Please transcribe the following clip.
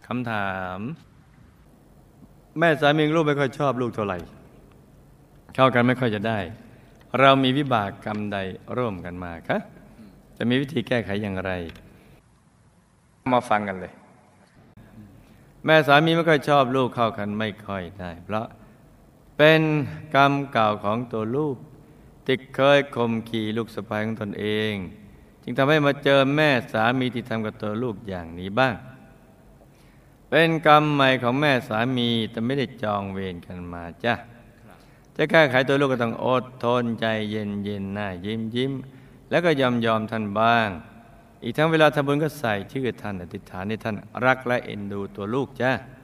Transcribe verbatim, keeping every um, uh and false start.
คำถามแม่สามีลูกไม่ค่อยชอบลูกเท่าไหร่เข้ากันไม่ค่อยจะได้เรามีวิบากกรรมใดร่วมกันมาคะจะมีวิธีแก้ไขอย่างไรมาฟังกันเลยแม่สามีไม่ค่อยชอบลูกเข้ากันไม่ค่อยได้เพราะเป็นกรรมเก่าของตัวลูกที่เคยข่มขี่ลูกสะใภ้ของตนเองจึงทำให้มาเจอแม่สามีที่ทำกับตัวลูกอย่างนี้บ้างเป็นกรรมใหม่ของแม่สามีแต่ไม่ได้จองเวรกันมาจ้ะจะแก้ไขตัวลูกก็ต้องอดทนใจเย็นเย็นหน้ายิ้มยิ้มแล้วก็ยอมยอมท่านบ้างอีกทั้งเวลาทำบุญก็ใส่ชื่อท่านอธิษฐานให้ท่านรักและเอ็นดูตัวลูกจ้ะ